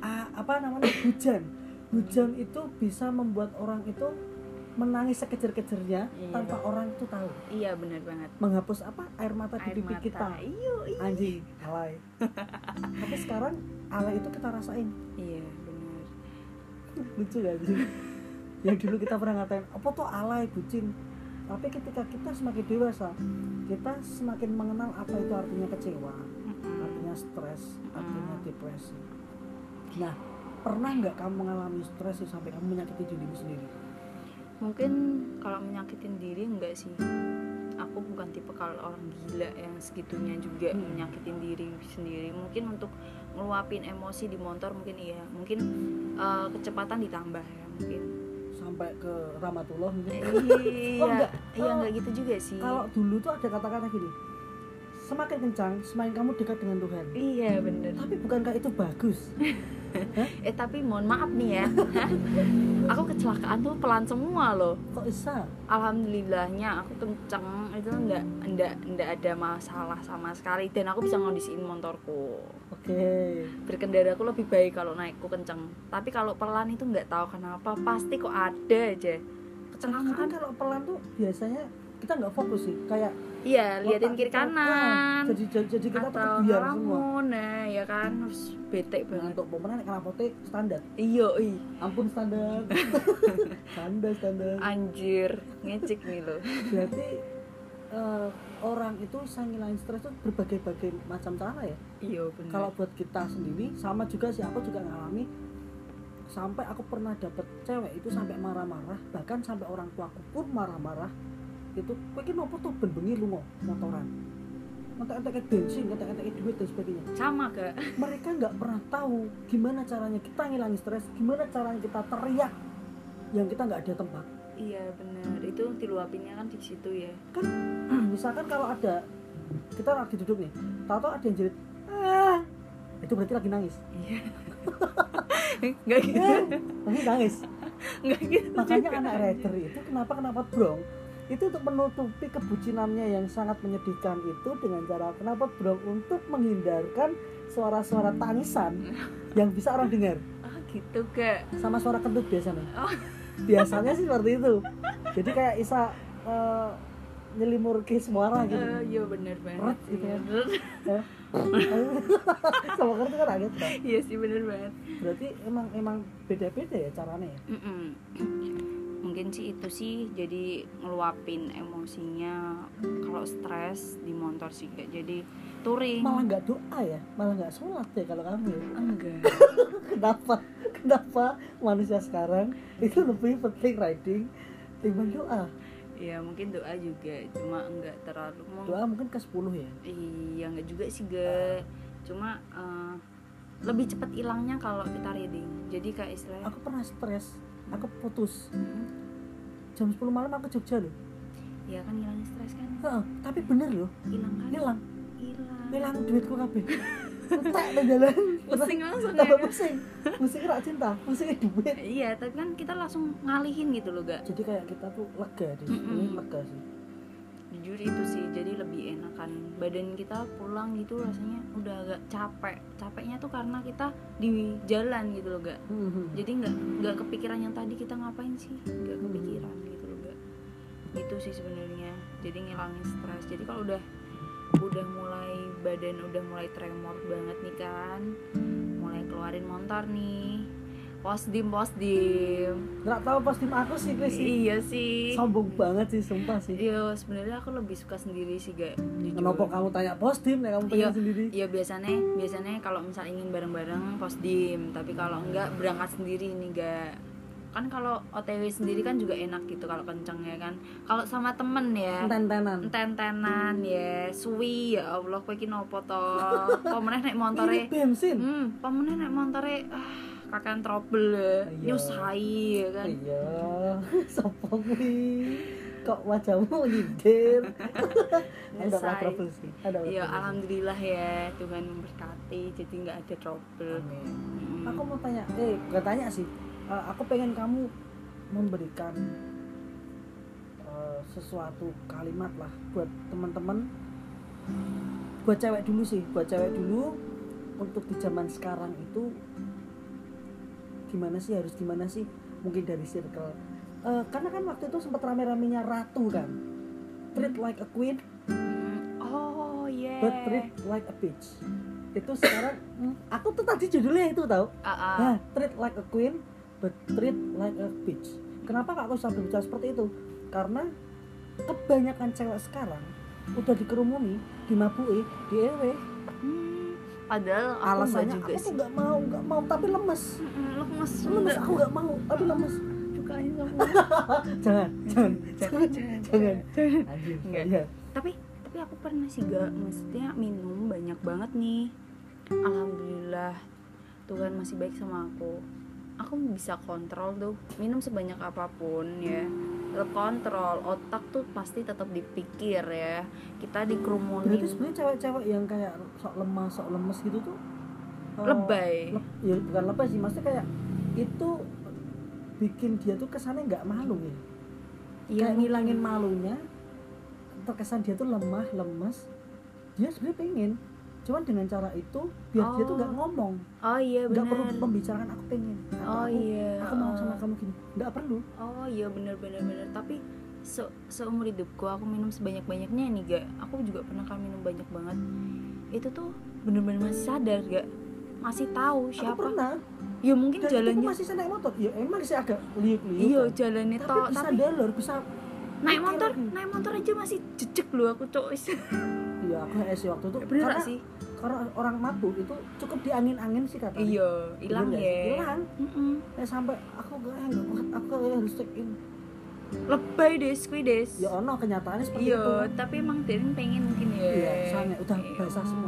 Speaker 1: hujan itu bisa membuat orang itu menangis sekejar-kejarnya tanpa orang itu tahu.
Speaker 2: Iya benar banget.
Speaker 1: Menghapus air mata di pipi kita.
Speaker 2: Iya.
Speaker 1: Anjing, alay. Tapi sekarang alay itu kita rasain.
Speaker 2: Iya benar.
Speaker 1: Lucu gak sih? Yang dulu kita pernah ngatain apa tuh alay, bucin. Tapi ketika kita semakin dewasa, kita semakin mengenal apa itu artinya kecewa, artinya stres, artinya depresi. Nah, pernah nggak kamu mengalami stres sampai kamu menyakiti dirimu sendiri?
Speaker 2: Mungkin kalau menyakitin diri enggak sih. Aku bukan tipe kalau orang gila yang segitunya juga menyakitin diri sendiri. Mungkin untuk ngeluapin emosi di motor mungkin iya. Mungkin kecepatan ditambah ya mungkin.
Speaker 1: Sampai ke Ramatullah mungkin.
Speaker 2: Iya, enggak gitu juga sih.
Speaker 1: Kalau dulu tuh ada kata-kata gini. Semakin kencang, semakin kamu dekat dengan Tuhan.
Speaker 2: Iya, benar.
Speaker 1: Tapi bukankah itu bagus?
Speaker 2: Tapi mohon maaf nih ya. Aku kecelakaan tuh pelan semua loh.
Speaker 1: Kok bisa?
Speaker 2: Alhamdulillahnya aku kenceng itu enggak ada masalah sama sekali dan aku bisa ngondisiin motorku.
Speaker 1: Oke.
Speaker 2: Berkendara aku lebih baik kalau naikku kenceng. Tapi kalau pelan itu enggak tahu kenapa pasti kok ada aja kecelakaan.
Speaker 1: Kalau pelan tuh biasanya kita nggak fokus sih, kayak
Speaker 2: iya liatin kiri kanan.
Speaker 1: Jadi kita
Speaker 2: atau
Speaker 1: biar semua.
Speaker 2: Nah, ya kan harus bete banget.
Speaker 1: Untuk pemenang kenapa standar.
Speaker 2: Iya,
Speaker 1: Ampun standar. standar.
Speaker 2: Anjir, ngecek nih lo.
Speaker 1: Berarti orang itu bisa ngilangin stres tuh berbagai macam cara ya.
Speaker 2: Iya benar. Kalau
Speaker 1: buat kita sendiri sama juga sih, aku juga ngalami. Sampai aku pernah dapet cewek itu sampai marah-marah, bahkan sampai orang tuaku pun marah-marah. Itu kowe iki nopo tuh ben bengi lunga motoran. Entek-entek bensin, entek-entek duit dan sebagainya.
Speaker 2: Sama gak?
Speaker 1: Mereka nggak pernah tahu gimana caranya kita ngilangin stres, gimana caranya kita teriak yang kita nggak ada tempat.
Speaker 2: Iya benar, itu diluapinnya kan di situ ya.
Speaker 1: Kan misalkan kalau ada kita lagi duduk nih, tahu ada yang jerit, itu berarti lagi nangis.
Speaker 2: Iya. Nggak gitu.
Speaker 1: Lagi nangis.
Speaker 2: Nggak gitu.
Speaker 1: Makanya anak rider itu kenapa Bro? Itu untuk menutupi kebucinannya yang sangat menyedihkan itu dengan cara kenapa Bro? Untuk menghindarkan suara-suara tangisan yang bisa orang dengar.
Speaker 2: Oh gitu gak?
Speaker 1: Sama suara kentut biasanya.
Speaker 2: Oh.
Speaker 1: Biasanya sih seperti itu. Jadi kayak Isa nyelimur ke suara gitu.
Speaker 2: Iya benar banget.
Speaker 1: Gitu ya. Sama kartu kan agak kan?
Speaker 2: Iya sih benar banget.
Speaker 1: Berarti emang beda-beda ya caranya ya.
Speaker 2: Mungkin sih itu sih jadi ngeluapin emosinya. Kalau stres di motor sih gak jadi touring.
Speaker 1: Malah nggak doa ya, malah nggak sholat ya kalau kamu ya.
Speaker 2: Enggak.
Speaker 1: Kenapa manusia sekarang itu lebih penting riding timbang doa?
Speaker 2: Ya mungkin doa juga, cuma enggak terlalu.
Speaker 1: Doa mungkin ke 10 ya.
Speaker 2: Iya enggak juga sih gak. Cuma lebih cepat hilangnya kalau kita riding. Jadi kayak istilahnya.
Speaker 1: Aku pernah stres, aku putus. Jam 10 malam aku Jogja loh.
Speaker 2: Ya kan hilangin stres kan.
Speaker 1: Tapi bener loh.
Speaker 2: Hilang kan?
Speaker 1: Hilang duitku kabeh. Entek nang jalan.
Speaker 2: Pusing langsung
Speaker 1: ya.
Speaker 2: Kan?
Speaker 1: Pusing rak cinta, pusing duit.
Speaker 2: Iya, tapi kan kita langsung ngalihin gitu loh, gak?
Speaker 1: Jadi kayak kita tuh lega deh. Ini lega sih.
Speaker 2: Jujur itu sih, jadi lebih enakan. Badan kita pulang gitu rasanya udah agak capek. Capeknya tuh karena kita di jalan gitu loh, gak? Jadi nggak kepikiran yang tadi kita ngapain sih, nggak kepikiran gitu loh, gak? Itu sih sebenarnya. Jadi ngilangin stres. Jadi kalau udah mulai badan udah mulai tremor banget nih kan, mulai keluarin motor nih, posdim
Speaker 1: nggak tahu posdim aku sih Chris.
Speaker 2: Iya sih,
Speaker 1: sombong banget sih sumpah sih.
Speaker 2: Iya sebenarnya aku lebih suka sendiri sih gak.
Speaker 1: Kenapa kamu tanya posdim ya, kamu tanya sendiri?
Speaker 2: Iya biasanya kalau misal ingin bareng-bareng posdim, tapi kalau enggak berangkat sendiri nih gak. Kan kalau OTW sendiri kan juga enak gitu kalau kenceng ya kan. Kalau sama temen ya enten-tenan ya, suwi ya Allah kowe iki nopo to. Pemeneh naik motore.
Speaker 1: Bensin.
Speaker 2: Pemeneh naik motore kakean trouble ya. Nyusai ya kan.
Speaker 1: Iya. Sopo kuwi? Kok wajahmu nyindir? Ada trouble sih.
Speaker 2: Iya, alhamdulillah ya Tuhan memberkati jadi enggak ada trouble.
Speaker 1: Aku mau tanya, bukan tanya sih. Aku pengen kamu memberikan sesuatu kalimat lah buat teman-teman, buat cewek dulu untuk di zaman sekarang itu gimana sih, harus gimana sih, mungkin dari circle. Karena kan waktu itu sempat rame-ramenya ratu kan, treat like a queen
Speaker 2: Oh yeah.
Speaker 1: but treat like a bitch. Itu sekarang aku tuh tadi judulnya itu tau. Nah, treat like a queen but treat like a bitch. Kenapa aku sampai bicara seperti itu? Karena kebanyakan cewek sekarang udah dikerumuni, dimabui, diewe.
Speaker 2: Padahal aku
Speaker 1: Alasannya
Speaker 2: juga
Speaker 1: aku
Speaker 2: sih.
Speaker 1: tuh nggak mau tapi lemes.
Speaker 2: Lemes.
Speaker 1: Aku nggak mau tapi lemes.
Speaker 2: Sukain kamu.
Speaker 1: Jangan. Anjir.
Speaker 2: Enggak.
Speaker 1: Iya.
Speaker 2: Tapi aku pernah sih gak, maksudnya minum banyak banget nih. Alhamdulillah Tuhan masih baik sama aku bisa kontrol tuh minum sebanyak apapun ya, tetap kontrol, otak tuh pasti tetap dipikir ya, kita dikerumunin.
Speaker 1: Berarti sebenarnya cewek-cewek yang kayak sok lemes gitu tuh
Speaker 2: lebay.
Speaker 1: Ya bukan lebay sih, maksudnya kayak itu bikin dia tuh kesannya nggak malu ya.
Speaker 2: Iya,
Speaker 1: Kayak ngilangin malunya, terkesan dia tuh lemah, lemes. Dia sebenarnya pengen, cuman dengan cara itu biar dia tuh nggak ngomong.
Speaker 2: Oh iya
Speaker 1: Nggak perlu
Speaker 2: benar.
Speaker 1: membicarakan aku pengen. Atau aku mau sama kamu gini. Nggak perlu.
Speaker 2: Oh iya benar. Tapi seumur hidupku aku minum sebanyak-banyaknya nih gak. Aku juga pernah kan minum banyak banget. Itu tuh bener-bener masih sadar gak, masih tahu siapa.
Speaker 1: Aku pernah.
Speaker 2: Ya mungkin
Speaker 1: Dan
Speaker 2: jalannya.
Speaker 1: itu masih naik motor. Ya emang sih agak liuk-liuk.
Speaker 2: Iya
Speaker 1: kan.
Speaker 2: jalannya
Speaker 1: Tapi
Speaker 2: toh.
Speaker 1: bisa
Speaker 2: Tapi
Speaker 1: dalur, bisa
Speaker 2: naik
Speaker 1: mikir.
Speaker 2: motor aja masih jejek loh aku cok.
Speaker 1: Iya, aku sih waktu itu.
Speaker 2: Bener
Speaker 1: Karena
Speaker 2: gak sih?
Speaker 1: Karena orang mabuk itu cukup diangin-angin sih katanya.
Speaker 2: Iya hilang
Speaker 1: Bener nggak
Speaker 2: ya.
Speaker 1: sih? Hilang.
Speaker 2: Mm-mm.
Speaker 1: Sampai aku nggak kuat, aku harus check in.
Speaker 2: Lebay des.
Speaker 1: Ya ono kenyataannya seperti itu.
Speaker 2: Iya tapi emang Derin pengen mungkin ya.
Speaker 1: Iya, soalnya udah basah semua.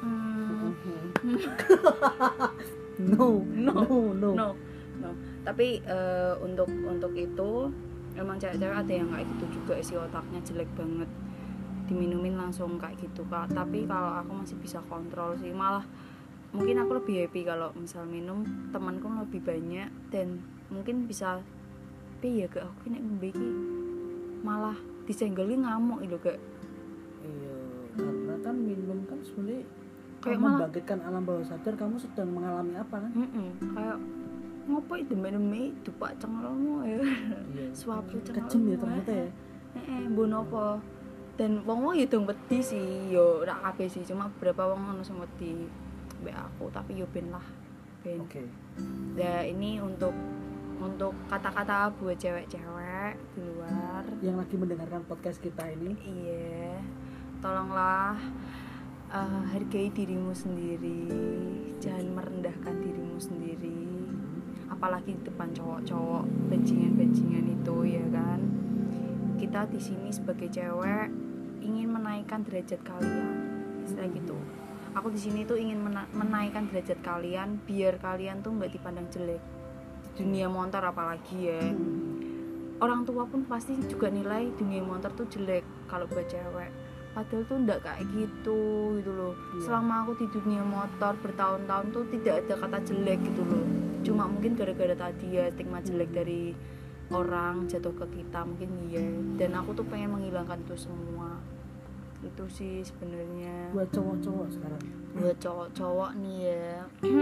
Speaker 1: No.
Speaker 2: Tapi untuk itu emang cewek-cewek ada yang kayak gitu juga sih, otaknya jelek banget, diminumin langsung kayak gitu Kak. Tapi kalau aku masih bisa kontrol sih, malah mungkin aku lebih happy kalau misal minum temanku lebih banyak dan mungkin bisa ya gak aku nek ngombe iki malah disenggoli ngamuk gitu gak.
Speaker 1: Iya, karena kan minum kan sebenarnya
Speaker 2: Kayak
Speaker 1: kamu
Speaker 2: malah
Speaker 1: membangkitkan alam bawah sadar kamu sedang mengalami apa kan?
Speaker 2: kayak ngopo itu demi dupak cengkelmu ya.
Speaker 1: Iya.
Speaker 2: Suap cengkelmu.
Speaker 1: Kejem ya ternyata ya.
Speaker 2: Mbon apa. Dan wong ya dong wedi sih, yo ora kabeh sih, cuma beberapa wong ono sing wedi mbek aku, tapi yo ben lah. Ben.
Speaker 1: Oke.
Speaker 2: Nah, ini untuk kata-kata buat cewek-cewek di luar
Speaker 1: Yang lagi mendengarkan podcast kita ini.
Speaker 2: iya, tolonglah hargai dirimu sendiri, jangan merendahkan dirimu sendiri, apalagi di depan cowok-cowok bajingan-bajingan itu ya kan. Kita di sini sebagai cewek ingin menaikkan derajat kalian, istilah gitu. Aku di sini tuh ingin menaikkan derajat kalian biar kalian tuh nggak dipandang jelek di dunia motor apalagi ya. Orang tua pun pasti juga nilai dunia motor tuh jelek kalau buat cewek. Padahal tuh enggak kayak gitu loh. Selama aku di dunia motor bertahun-tahun tuh tidak ada kata jelek gitu loh. Cuma mungkin gara-gara tadi ya stigma jelek dari orang jatuh ke kita mungkin iya. Dan aku tuh pengen menghilangkan itu semua. Itu sih sebenarnya.
Speaker 1: Buat cowok-cowok sekarang.
Speaker 2: Buat cowok-cowok nih ya.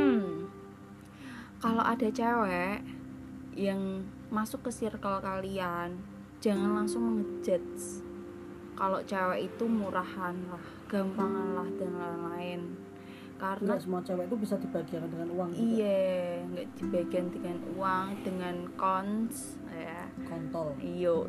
Speaker 2: Kalau ada cewek yang masuk ke circle kalian, jangan langsung ngejudge kalau cewek itu murahan lah, gampangan lah dan lain-lain. Karena
Speaker 1: tidak semua cewek itu bisa dibagikan dengan uang juga.
Speaker 2: Iya, nggak dibagian dengan uang, dengan cons ya.
Speaker 1: Kontol.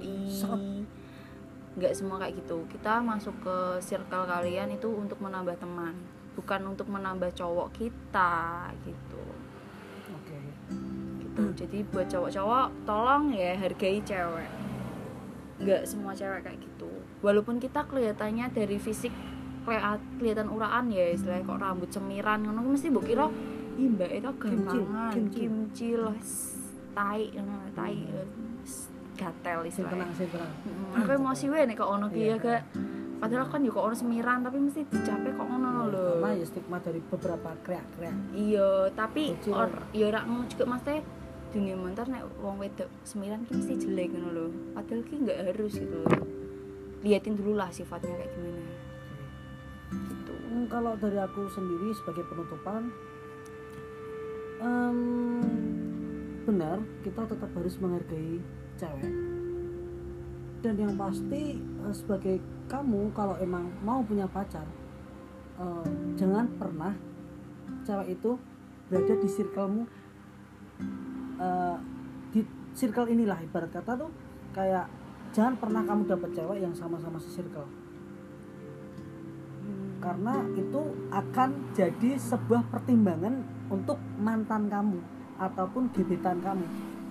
Speaker 2: Nggak semua kayak gitu. Kita masuk ke circle kalian itu untuk menambah teman, bukan untuk menambah cowok kita gitu.
Speaker 1: Oke.
Speaker 2: Gitu. Jadi buat cowok-cowok tolong ya hargai cewek. Nggak semua cewek kayak gitu. Walaupun kita kelihatannya dari fisik kelihatan uraan ya, istilahnya kok rambut semiran ngono mesti mbok kira ih mbak itu gampangan kimchi loh tai gatel istilahnya.
Speaker 1: Sing tenang.
Speaker 2: Aku emosi wae nek kok ono ki ya gak. Padahal kan yo kok ono semiran tapi mesti dicape kok ngono lho.
Speaker 1: Karena ya stigma dari beberapa kreak-kreak.
Speaker 2: Iya, tapi ya ora juga mesti dunia motor nek wong wedok semiran ki mesti jelek ngono lho. Padahal ki enggak harus gitu loh. Liatin dulu lah sifatnya kayak gimana. Gitu.
Speaker 1: Kalau dari aku sendiri sebagai penutupan, benar kita tetap harus menghargai cewek. Dan yang pasti sebagai kamu kalau emang mau punya pacar, jangan pernah cewek itu berada di circlemu, di circle inilah, ibarat kata tuh kayak jangan pernah kamu dapat cewek yang sama-sama se-circle, karena itu akan jadi sebuah pertimbangan untuk mantan kamu ataupun gebetan kamu.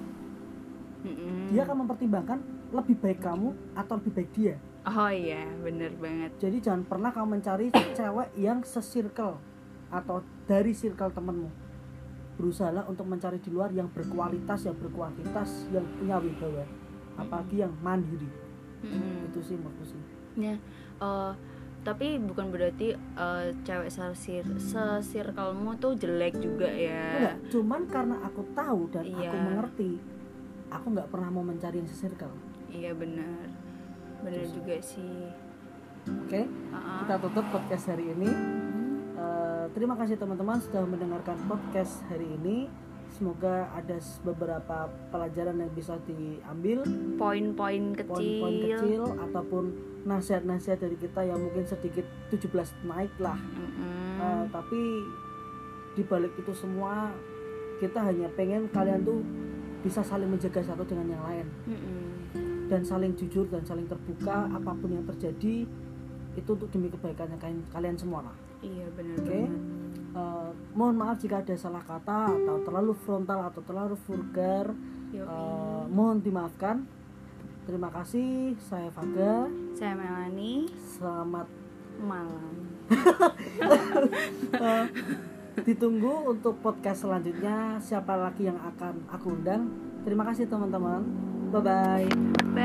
Speaker 1: Dia akan mempertimbangkan lebih baik kamu atau lebih baik dia.
Speaker 2: Oh iya, bener banget.
Speaker 1: Jadi jangan pernah kamu mencari cewek yang se-circle atau dari circle temenmu. Berusahalah untuk mencari di luar yang berkualitas, yang berkuantitas, yang punya wibawa, apalagi yang mandiri. Itu sih menurutku sih.
Speaker 2: Ya, tapi bukan berarti cewek se-circlemu tuh jelek juga ya.
Speaker 1: Enggak, cuman karena aku tahu dan
Speaker 2: Iya.
Speaker 1: aku mengerti, aku nggak pernah mau mencari yang se-circle.
Speaker 2: Iya benar juga sih.
Speaker 1: Oke, kita tutup podcast hari ini. Terima kasih teman-teman sudah mendengarkan podcast hari ini. Semoga ada beberapa pelajaran yang bisa diambil,
Speaker 2: Poin-poin
Speaker 1: poin-poin kecil ataupun nasihat-nasihat dari kita yang mungkin sedikit 17 naik lah. Tapi di balik itu semua kita hanya pengen kalian tuh bisa saling menjaga satu dengan yang lain, dan saling jujur dan saling terbuka. Apapun yang terjadi itu untuk demi kebaikan kalian semua lah.
Speaker 2: Iya benar
Speaker 1: Oke.
Speaker 2: banget.
Speaker 1: Mohon maaf jika ada salah kata atau terlalu frontal atau terlalu vulgar. Mohon dimaafkan. Terima kasih. Saya Faga.
Speaker 2: Saya Melani.
Speaker 1: Selamat
Speaker 2: Malam.
Speaker 1: Ditunggu untuk podcast selanjutnya. Siapa lagi yang akan aku undang? Terima kasih teman-teman. Bye bye.